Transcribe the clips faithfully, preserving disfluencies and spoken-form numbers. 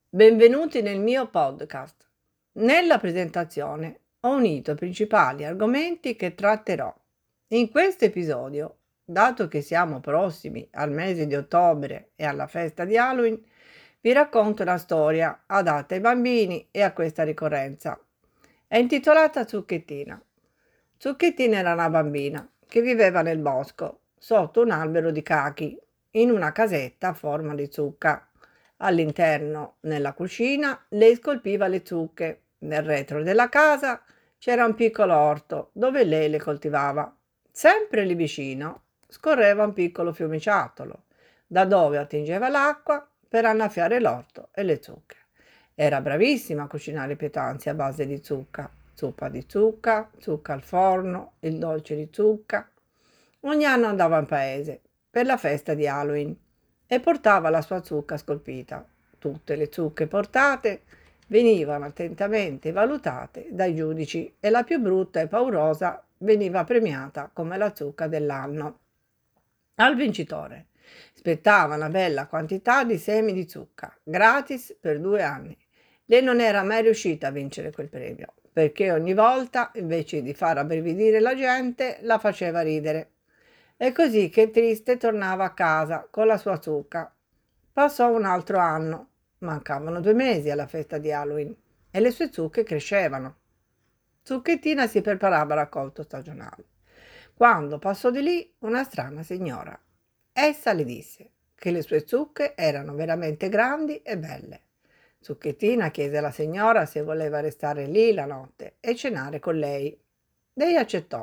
Benvenuti nel mio podcast. Nella presentazione ho unito i principali argomenti che tratterò. In questo episodio, dato che siamo prossimi al mese di ottobre e alla festa di Halloween, vi racconto una storia adatta ai bambini e a questa ricorrenza. È intitolata Zucchettina. Zucchettina era una bambina che viveva nel bosco, sotto un albero di cachi, in una casetta a forma di zucca. All'interno, nella cucina, lei scolpiva le zucche. Nel retro della casa c'era un piccolo orto dove lei le coltivava. Sempre lì vicino scorreva un piccolo fiumiciattolo, da dove attingeva l'acqua per annaffiare l'orto e le zucche. Era bravissima a cucinare i pietanze a base di zucca, zuppa di zucca, zucca al forno, il dolce di zucca. Ogni anno andava in paese per la festa di Halloween e portava la sua zucca scolpita. Tutte le zucche portate venivano attentamente valutate dai giudici e la più brutta e paurosa veniva premiata come la zucca dell'anno. Al vincitore spettava una bella quantità di semi di zucca, gratis per due anni. Lei non era mai riuscita a vincere quel premio, perché ogni volta, invece di far abbrividire la gente, la faceva ridere. È così che triste tornava a casa con la sua zucca. Passò un altro anno. Mancavano due mesi alla festa di Halloween e le sue zucche crescevano. Zucchettina si preparava al raccolto stagionale, quando passò di lì una strana signora. Essa le disse che le sue zucche erano veramente grandi e belle. Zucchettina chiese alla signora se voleva restare lì la notte e cenare con lei. Lei accettò.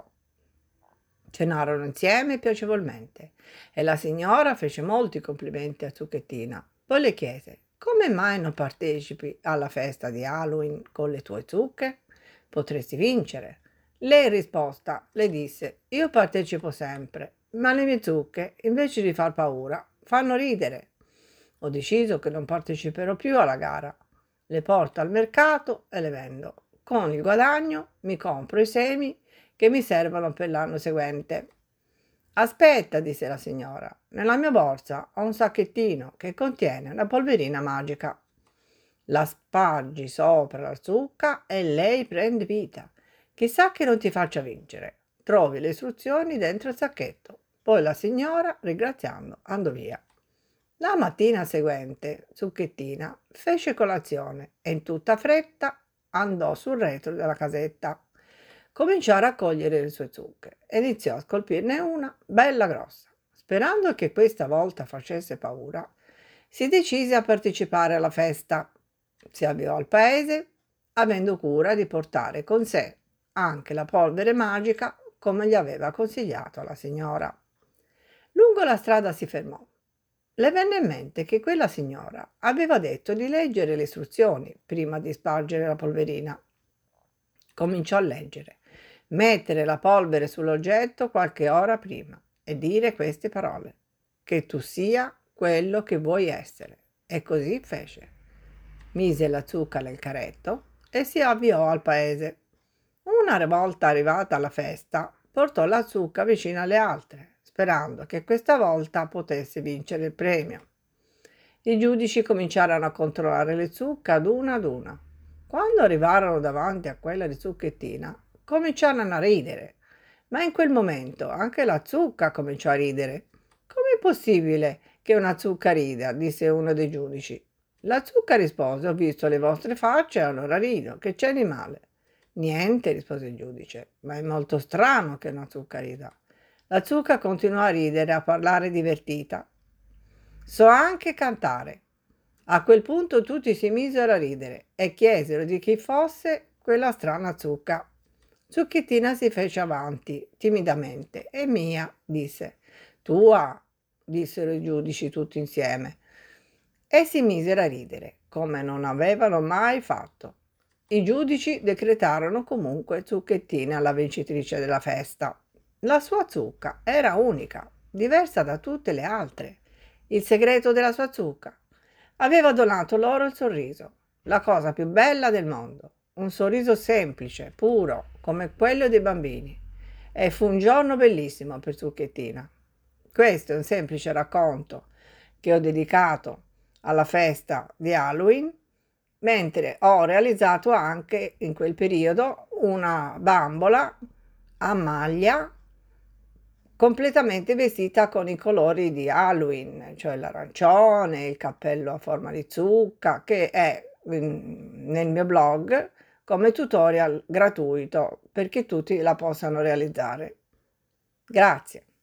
Cenarono insieme piacevolmente e la signora fece molti complimenti a Zucchettina. Poi le chiese: come mai non partecipi alla festa di Halloween con le tue zucche? Potresti vincere. Lei in risposta le disse: io partecipo sempre, ma le mie zucche, invece di far paura, fanno ridere. Ho deciso che non parteciperò più alla gara. Le porto al mercato e le vendo. Con il guadagno mi compro i semi che mi servono per l'anno seguente. Aspetta, disse la signora, nella mia borsa ho un sacchettino che contiene una polverina magica. La spargi sopra la zucca e lei prende vita. Chissà che non ti faccia vincere. Trovi le istruzioni dentro il sacchetto. Poi la signora, ringraziando, andò via. La mattina seguente, Zucchettina fece colazione e in tutta fretta andò sul retro della casetta. Cominciò a raccogliere le sue zucche e iniziò a scolpirne una bella grossa. Sperando che questa volta facesse paura, si decise a partecipare alla festa. Si avviò al paese, avendo cura di portare con sé anche la polvere magica come gli aveva consigliato la signora. Lungo la strada si fermò. Le venne in mente che quella signora aveva detto di leggere le istruzioni prima di spargere la polverina. Cominciò a leggere, mettere la polvere sull'oggetto qualche ora prima e dire queste parole: che tu sia quello che vuoi essere. E così fece. Mise la zucca nel carretto e si avviò al paese. Una volta arrivata alla festa, portò la zucca vicino alle altre, sperando che questa volta potesse vincere il premio. I giudici cominciarono a controllare le zucche ad una ad una. Quando arrivarono davanti a quella di Zucchettina, cominciarono a ridere, ma in quel momento anche la zucca cominciò a ridere. «Com'è possibile che una zucca rida?» disse uno dei giudici. La zucca rispose: «Ho visto le vostre facce e allora rido. Che c'è di male?» «Niente», rispose il giudice, «ma è molto strano che una zucca rida». La zucca continuò a ridere e a parlare divertita. «So anche cantare». A quel punto tutti si misero a ridere e chiesero di chi fosse quella strana zucca. Zucchettina si fece avanti timidamente. «È mia», disse. «Tua», dissero i giudici tutti insieme e si misero a ridere come non avevano mai fatto. I giudici decretarono comunque Zucchettina la vincitrice della festa. La sua zucca era unica, diversa da tutte le altre. Il segreto della sua zucca: aveva donato loro il sorriso, la cosa più bella del mondo, un sorriso semplice, puro, come quello dei bambini. E fu un giorno bellissimo per Zucchettina. Questo è un semplice racconto che ho dedicato alla festa di Halloween mentre ho realizzato anche in quel periodo una bambola a maglia completamente vestita con i colori di Halloween, cioè l'arancione, il cappello a forma di zucca, che è mm, nel mio blog come tutorial gratuito perché tutti la possano realizzare. Grazie.